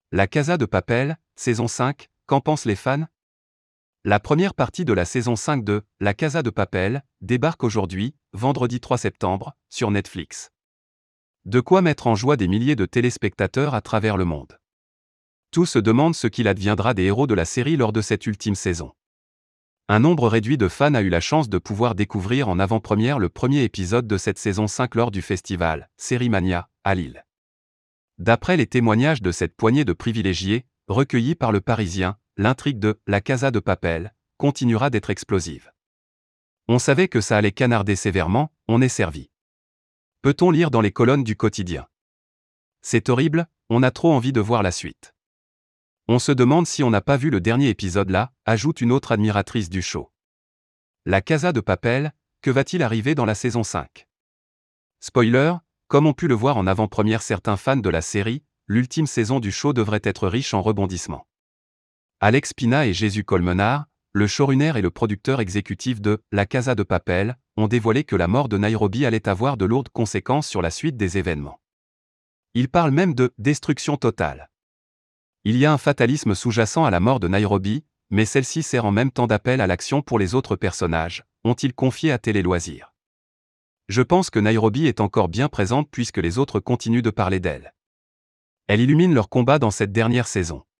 La Casa de Papel, saison 5, qu'en pensent les fans? La première partie de la saison 5 de La Casa de Papel débarque aujourd'hui, vendredi 3 septembre, sur Netflix. De quoi mettre en joie des milliers de téléspectateurs à travers le monde. Tous se demandent ce qu'il adviendra des héros de la série lors de cette ultime saison. Un nombre réduit de fans a eu la chance de pouvoir découvrir en avant-première le premier épisode de cette saison 5 lors du festival Série Mania, à Lille. D'après les témoignages de cette poignée de privilégiés, recueillis par Le Parisien, l'intrigue de La Casa de Papel continuera d'être explosive. On savait que ça allait canarder sévèrement, on est servi. Peut-on lire dans les colonnes du quotidien? C'est horrible, on a trop envie de voir la suite. On se demande si on n'a pas vu le dernier épisode là, ajoute une autre admiratrice du show. La Casa de Papel, que va-t-il arriver dans la saison 5? Spoiler, comme ont pu le voir en avant-première certains fans de la série, l'ultime saison du show devrait être riche en rebondissements. Alex Pina et Jésus Colmenard, le showrunner et le producteur exécutif de La Casa de Papel, ont dévoilé que la mort de Nairobi allait avoir de lourdes conséquences sur la suite des événements. Ils parlent même de « destruction totale ». Il y a un fatalisme sous-jacent à la mort de Nairobi, mais celle-ci sert en même temps d'appel à l'action pour les autres personnages, ont-ils confié à Télé Loisirs. Je pense que Nairobi est encore bien présente puisque les autres continuent de parler d'elle. Elle illumine leur combat dans cette dernière saison.